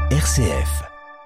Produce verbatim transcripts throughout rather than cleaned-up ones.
R C F.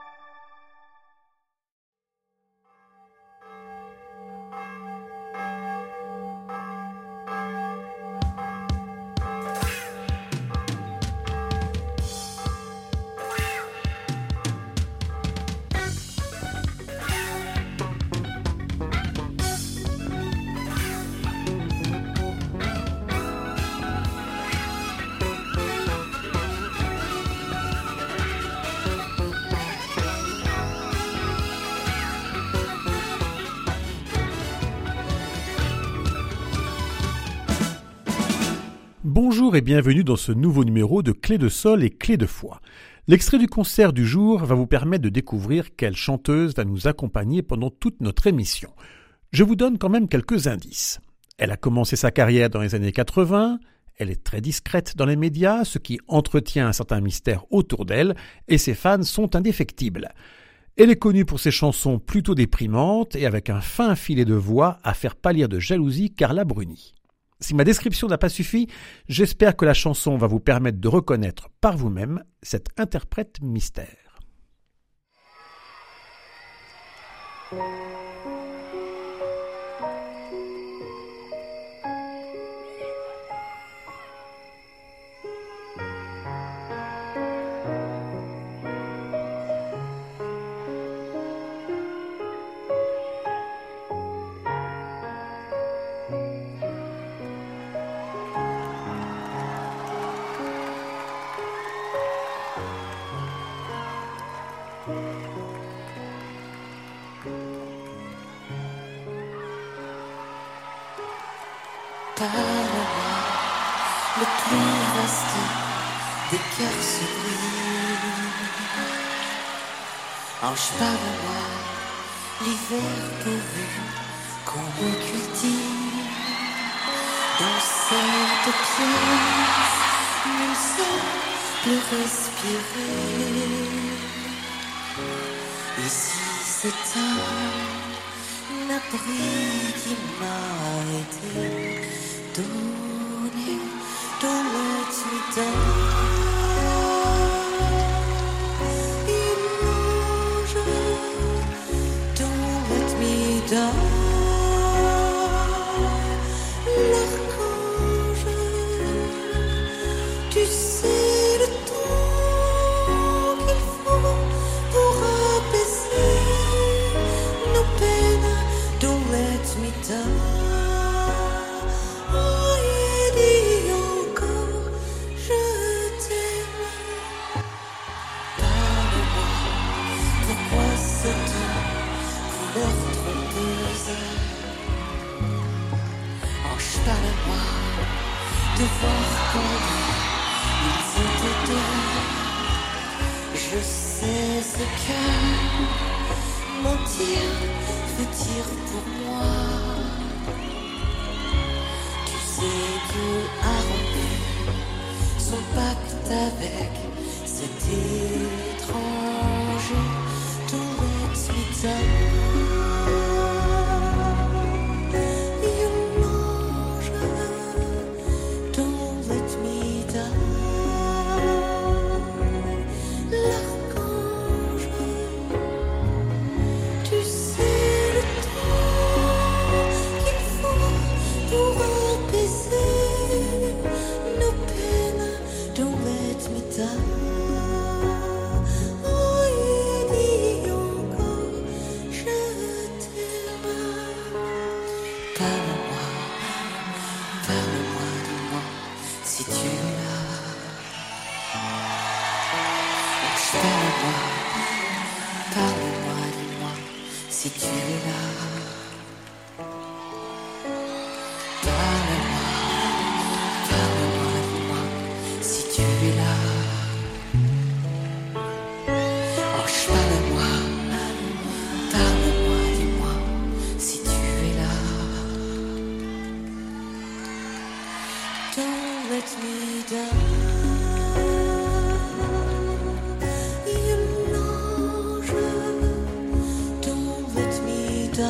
Bonjour et bienvenue dans ce nouveau numéro de Clé de Sol et Clé de Foi. L'extrait du concert du jour va vous permettre de découvrir quelle chanteuse va nous accompagner pendant toute notre émission. Je vous donne quand même quelques indices. Elle a commencé sa carrière dans les années quatre-vingts, elle est très discrète dans les médias, ce qui entretient un certain mystère autour d'elle, et ses fans sont indéfectibles. Elle est connue pour ses chansons plutôt déprimantes et avec un fin filet de voix à faire pâlir de jalousie Carla Bruni. Si ma description n'a pas suffi, j'espère que la chanson va vous permettre de reconnaître par vous-même cette interprète mystère. Parle-moi, le plus vaste des cœurs se brise. Ange, parle-moi, l'hiver pourvu qu'on me cultive. Dans cette pièce, nul seul peut respirer. Ici c'est un abri qui m'a été donné, don't let me down. Il mange, don't let me down. L'archange, tu sais le temps qu'il faut pour apaiser nos peines, don't let me down. De voir combien ils étaient deux. Je sais ce que mentir veut dire pour moi. Tu sais Dieu a rompu son pacte avec cet étranger. Don't let me down. Il nage, don't let me down.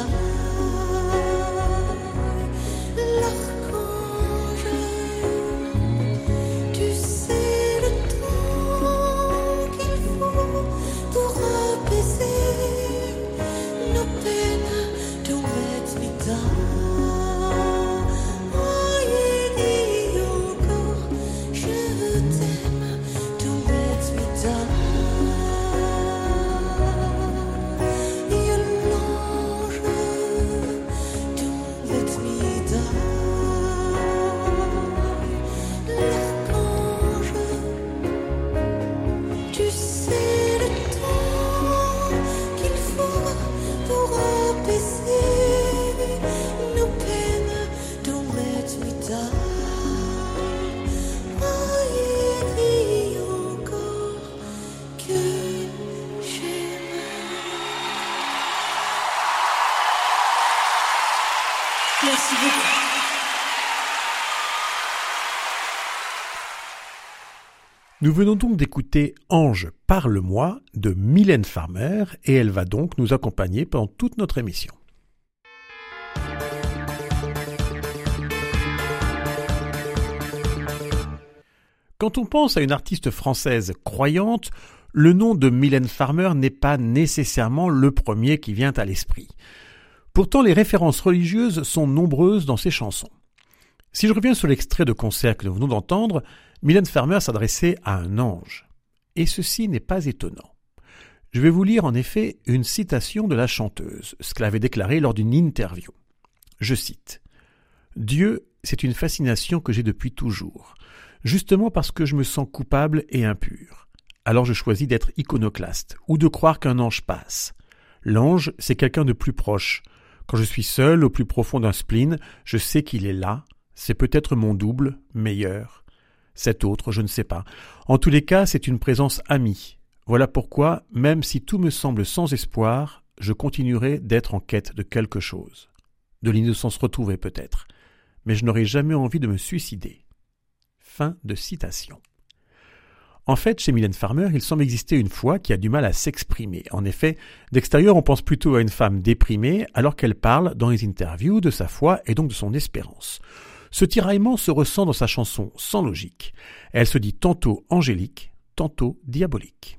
Merci beaucoup. Nous venons donc d'écouter Ange, parle-moi de Mylène Farmer et elle va donc nous accompagner pendant toute notre émission. Quand on pense à une artiste française croyante, le nom de Mylène Farmer n'est pas nécessairement le premier qui vient à l'esprit. Pourtant, les références religieuses sont nombreuses dans ses chansons. Si je reviens sur l'extrait de concert que nous venons d'entendre, Mylène Farmer s'adressait à un ange. Et ceci n'est pas étonnant. Je vais vous lire en effet une citation de la chanteuse, ce qu'elle avait déclaré lors d'une interview. Je cite « Dieu, c'est une fascination que j'ai depuis toujours, justement parce que je me sens coupable et impur. Alors je choisis d'être iconoclaste, ou de croire qu'un ange passe. L'ange, c'est quelqu'un de plus proche. Quand je suis seul, au plus profond d'un spleen, je sais qu'il est là. C'est peut-être mon double, meilleur. Cet autre, je ne sais pas. En tous les cas, c'est une présence amie. Voilà pourquoi, même si tout me semble sans espoir, je continuerai d'être en quête de quelque chose. De l'innocence retrouvée peut-être. Mais je n'aurai jamais envie de me suicider. » Fin de citation. En fait, chez Mylène Farmer, il semble exister une foi qui a du mal à s'exprimer. En effet, d'extérieur, on pense plutôt à une femme déprimée, alors qu'elle parle, dans les interviews, de sa foi et donc de son espérance. Ce tiraillement se ressent dans sa chanson Sans logique. Elle se dit tantôt angélique, tantôt diabolique.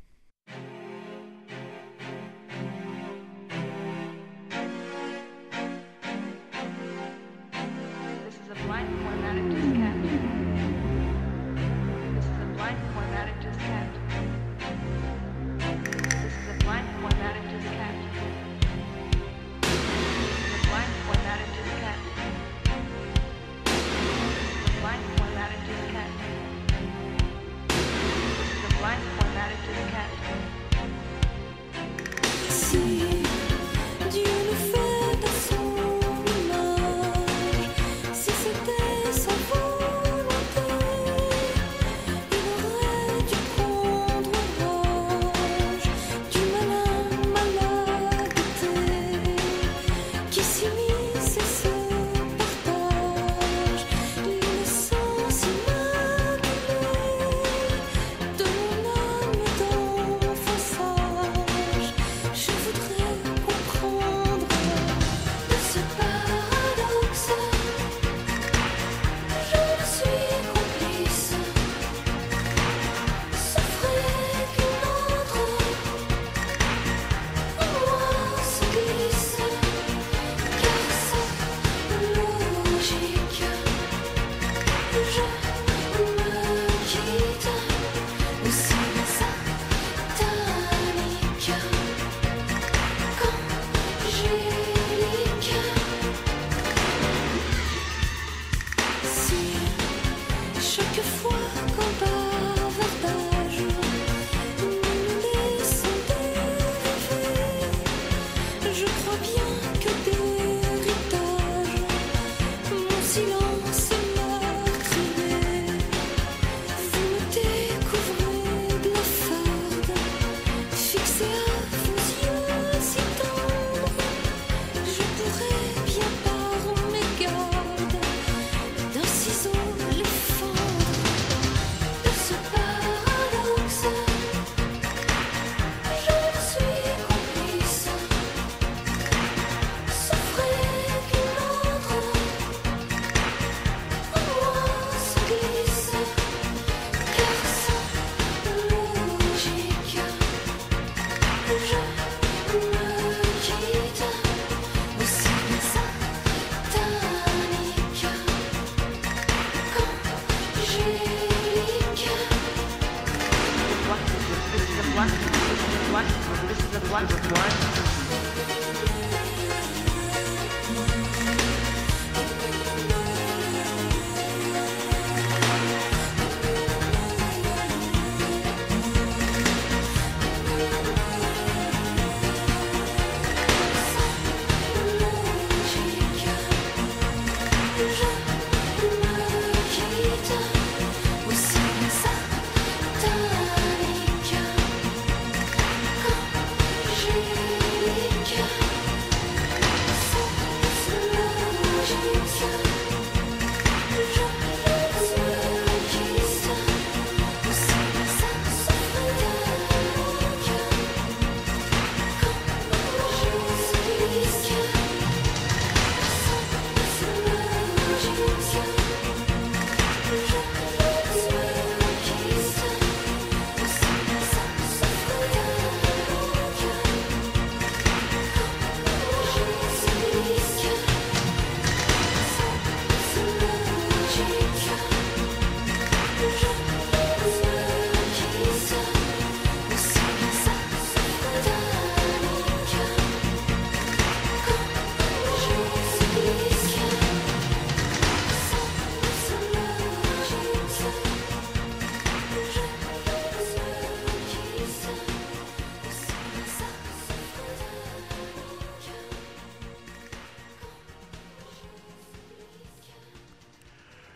Yeah.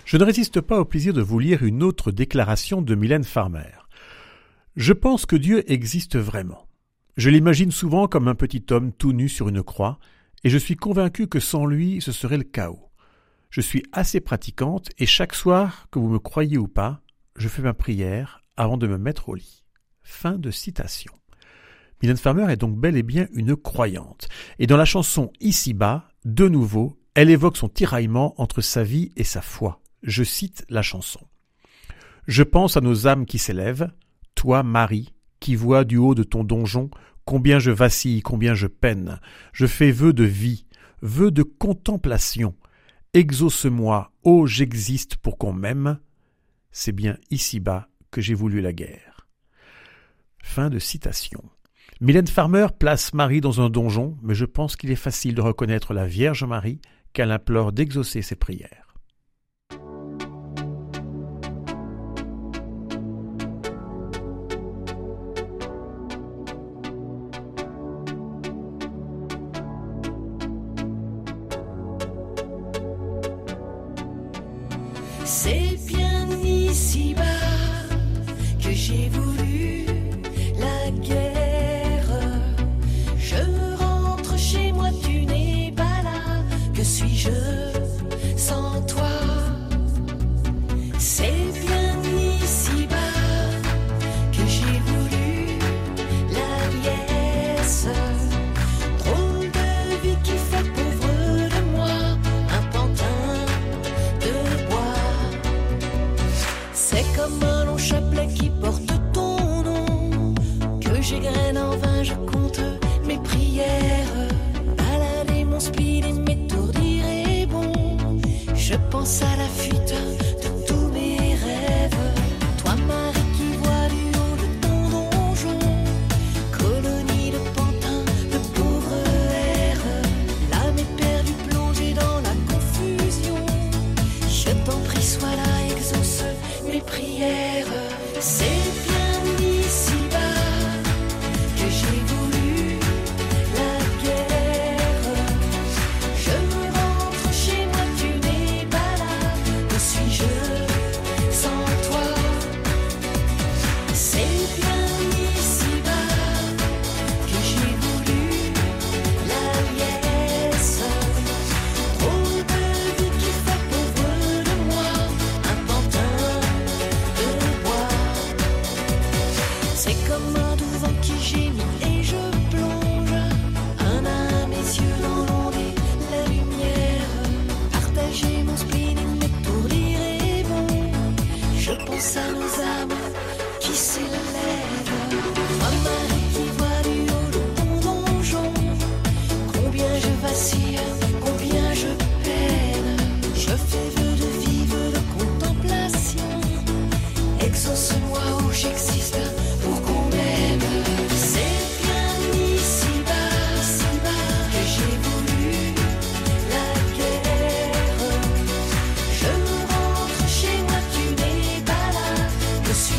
Je ne résiste pas au plaisir de vous lire une autre déclaration de Mylène Farmer. Je pense que Dieu existe vraiment. Je l'imagine souvent comme un petit homme tout nu sur une croix, et je suis convaincu que sans lui, ce serait le chaos. Je suis assez pratiquante, et chaque soir, que vous me croyez ou pas, je fais ma prière avant de me mettre au lit. Fin de citation. Mylène Farmer est donc bel et bien une croyante, et dans la chanson Ici-bas, de nouveau, elle évoque son tiraillement entre sa vie et sa foi. Je cite la chanson. « Je pense à nos âmes qui s'élèvent, toi, Marie, qui vois du haut de ton donjon combien je vacille, combien je peine. Je fais vœu de vie, vœu de contemplation. Exauce-moi, ô j'existe pour qu'on m'aime. C'est bien ici-bas que j'ai voulu la guerre. » Fin de citation. Mylène Farmer place Marie dans un donjon, mais je pense qu'il est facile de reconnaître la Vierge Marie qu'elle implore d'exaucer ses prières. C'est bien ici-bas que j'ai voulu la guerre. Je rentre chez moi, tu n'es pas là. Que suis-je sans toi? C'est bien ici-bas que j'ai voulu la liesse. Drôle de vie qui fait pauvre de moi, un pantin de bois. C'est comme un long chapelet qui porte ton nom, que j'égrène en vain, je compte mes prières. Balader mon spleen et m'étourdir est bon. Je pense à la fuite de tous mes rêves. Toi, Marie, qui vois du haut de ton donjon, colonie de pantins, de pauvres airs. L'âme est perdue, plongée dans la confusion. Je t'en prie, sois là, exauce mes prières. C'est bien ici-bas que j'ai voulu la guerre. Je rentre chez moi, tu n'es pas là. Que suis-je sans toi? C'est bien ici-bas que j'ai voulu la liesse. Trop de vie qui fait pauvre de moi, un pantin de bois. C'est comme un doux vent qui gémit et je plonge un à mes yeux dans l'onde et la lumière. Partager mon spleen et m'étourdir est bon. Je pense à nos âmes qui s'élèvent. Toi, Marie, qui vois du haut de ton donjon, combien je vacille, combien je peine. Je fais vœu de vie, vœu de contemplation. Exauce-moi où j'existe pour qu'on m'aime. C'est bien ici-bas, ici-bas que j'ai voulu la guerre. Je rentre chez moi, tu n'es pas là. Que suis-je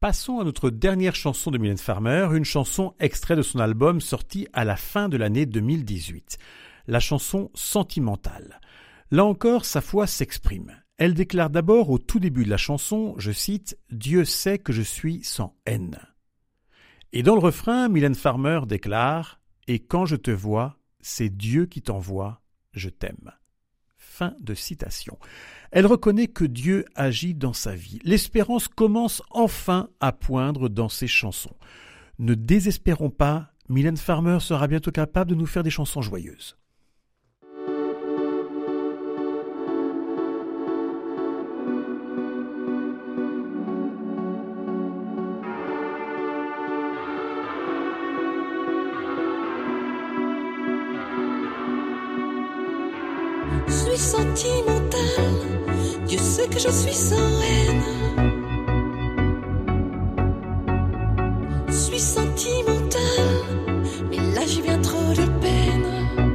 Passons à notre dernière chanson de Mylène Farmer, une chanson extrait de son album sorti à la fin de l'année deux mille dix-huit. La chanson Sentimentale. Là encore, sa foi s'exprime. Elle déclare d'abord au tout début de la chanson, je cite « Dieu sait que je suis sans haine ». Et dans le refrain, Mylène Farmer déclare « Et quand je te vois, c'est Dieu qui t'envoie, je t'aime ». Fin de citation. Elle reconnaît que Dieu agit dans sa vie. L'espérance commence enfin à poindre dans ses chansons. Ne désespérons pas, Mylène Farmer sera bientôt capable de nous faire des chansons joyeuses. Je suis sentimentale, Dieu sait que je suis sans haine. Je suis sentimentale, mais là j'ai bien trop de peine.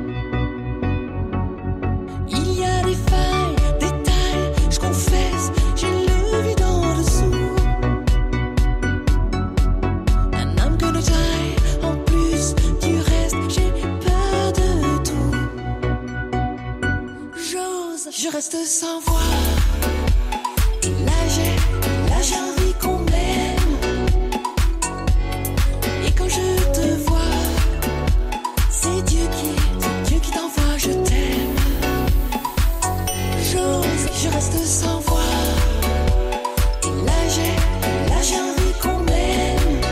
Il y a des failles, des tailles, je confesse, j'ai le vide en dessous. Un âme que de taille, en plus du reste, j'ai peur de tout. J'ose, je reste sans voix. Et là j'ai, là j'ai envie qu'on m'aime. Et quand je te vois, c'est Dieu qui, c'est Dieu qui t'envoie, je t'aime. J'ose, je reste sans voix. Et là j'ai, là j'ai envie qu'on m'aime.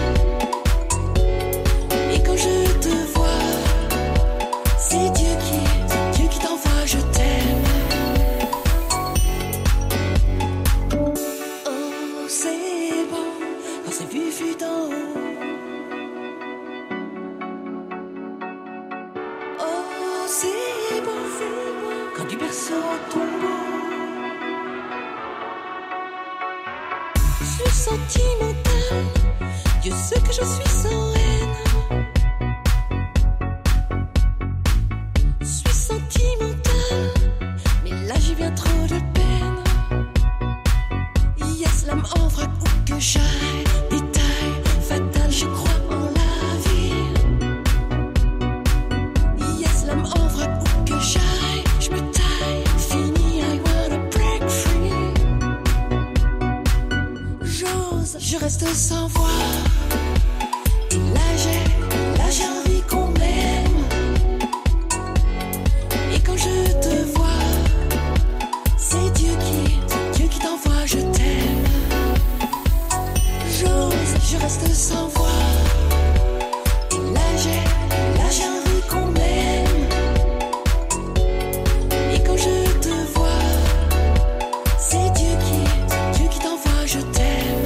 Et quand je te vois, c'est Dieu qui, c'est Dieu qui t'envoie, je t'aime. Oh, c'est bon quand c'est vu, vu d'en haut. Oh, c'est bon, c'est bon quand du berceau au tombeau. Je suis sentimentale, Dieu sait que je suis sans haine. Je suis sentimentale, mais là j'ai bien trop de peine. Yes, l'âme en vrac où que j'aille, détail fatal, je crois en la vie. Yes, l'âme en vrac où que j'aille, je me taille, fini, I wanna break free. J'ose, je reste sans voix. Et là j'ai, là j'ai envie qu'on m'aime. Et quand je te vois, c'est Dieu qui, c'est Dieu qui t'envoie, je t'aime. J'ose, je reste sans voix. Et là j'ai, là j'ai envie qu'on m'aime. Et quand je te vois, c'est Dieu qui, c'est Dieu qui t'envoie, je t'aime.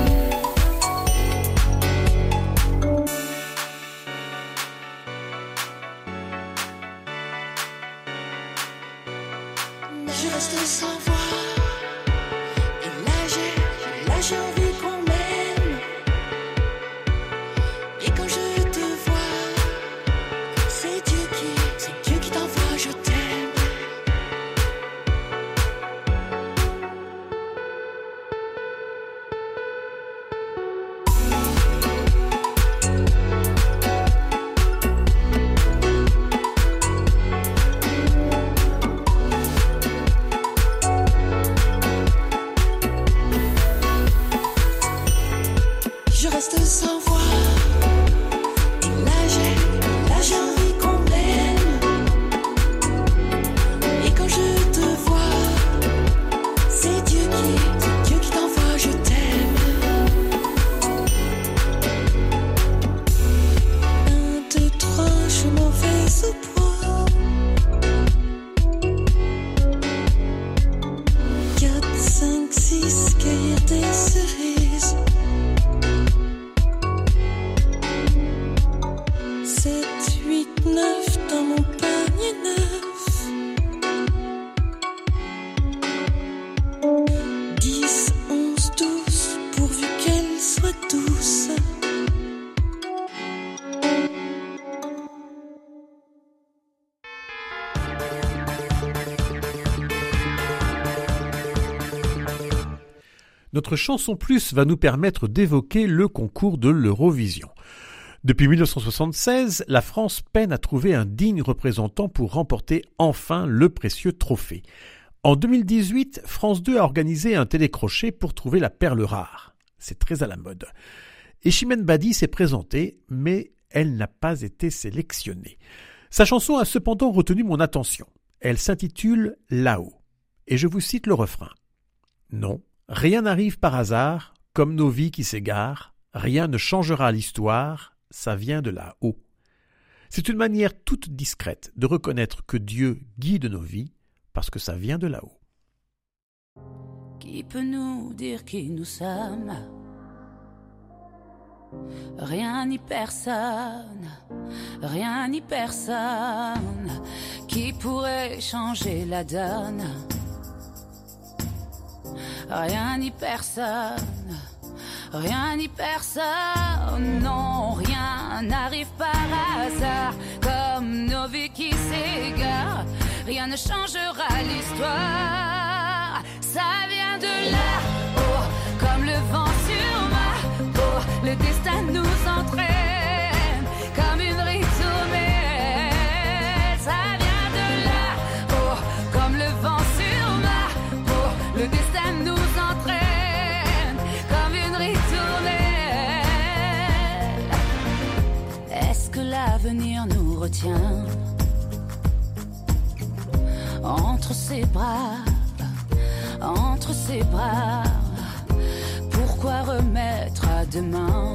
Je reste sans voix. Et là j'ai, là j'ai envie qu'on m'aime. Et quand je te vois, c'est Dieu qui, c'est Dieu qui t'envoie, je t'aime. Je reste sans voix. Et là j'ai, là j'ai envie qu'on m'aime. Et quand je te vois, c'est Dieu qui, c'est Dieu qui t'envoie, je t'aime. Un, deux, trois, je m'en vais au bois. Quatre, cinq, six, cueillir des cerises. Sept, huit, neuf dans mon panier neuf. Dix, onze, douze, pourvu qu'elle soit douce. Notre chanson plus va nous permettre d'évoquer le concours de l'Eurovision. Depuis mille neuf cent soixante-seize, la France peine à trouver un digne représentant pour remporter enfin le précieux trophée. En deux mille dix-huit, France deux a organisé un télécrochet pour trouver la perle rare. C'est très à la mode. Et Chimène Badi s'est présentée, mais elle n'a pas été sélectionnée. Sa chanson a cependant retenu mon attention. Elle s'intitule « Là-haut ». Et je vous cite le refrain. « Non, rien n'arrive par hasard, comme nos vies qui s'égarent. Rien ne changera l'histoire, ça vient de là-haut. » C'est une manière toute discrète de reconnaître que Dieu guide nos vies parce que ça vient de là-haut. Qui peut nous dire qui nous sommes ? Rien ni personne, rien ni personne qui pourrait changer la donne. Rien ni personne, rien ni personne, non, rien n'arrive par hasard, comme nos vies qui s'égarent. Rien ne changera l'histoire, ça vient de là-haut, comme le vent sur ma peau. Le destin nous entraîne comme une ritournelle. Ça vient de là-haut, comme le vent sur ma peau. Le destin nous entraîne comme une ritournelle. Est-ce que l'avenir nous retient entre ses bras, entre ses bras? Pourquoi remettre à demain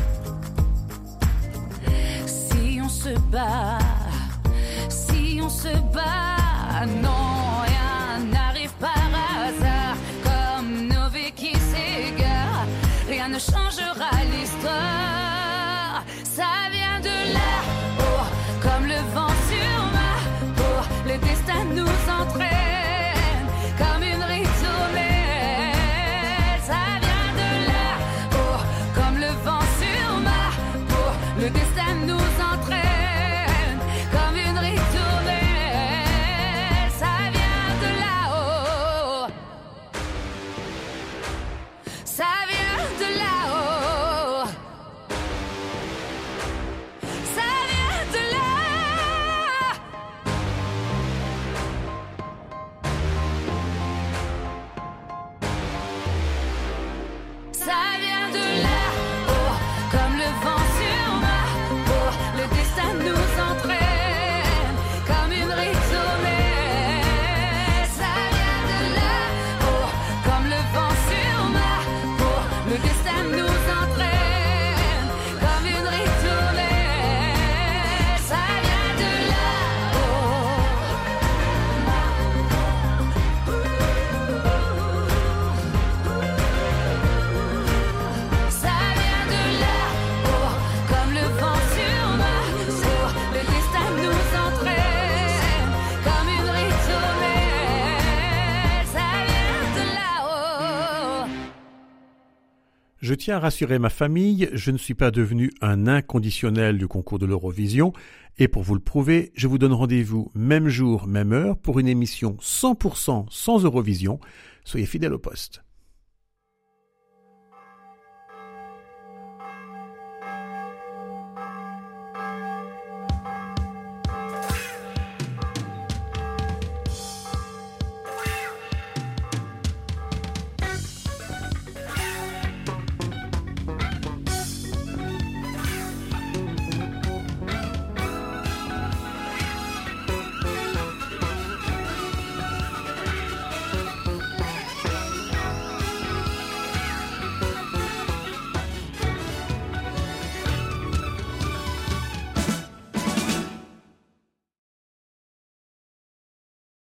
si on se bat, si on se bat? Non, rien n'arrive par hasard, comme nos vies qui s'égarent. Rien ne changera l'histoire, ça vient de là-haut, comme le vent sur ma peau. Le destin nous entraîne comme une ritournelle. Le destin nous entraîne comme une ritournelle. Ça vient de là-haut, ça vient de là-haut, ça vient de là. Ça vient de là-haut, comme le vent sur ma peau. Le destin nous entraîne comme une ritournelle. Ça vient de là-haut, comme le vent sur ma peau. Le destin nous entraîne comme une ritournelle. Ça vient de là-haut. Ça vient de là-haut, comme le vent sur ma peau. Le destin nous entraîne comme une ritournelle. Ça vient de là-haut. Je tiens à rassurer ma famille, je ne suis pas devenu un inconditionnel du concours de l'Eurovision, et pour vous le prouver, je vous donne rendez-vous même jour, même heure pour une émission cent pour cent sans Eurovision. Soyez fidèles au poste.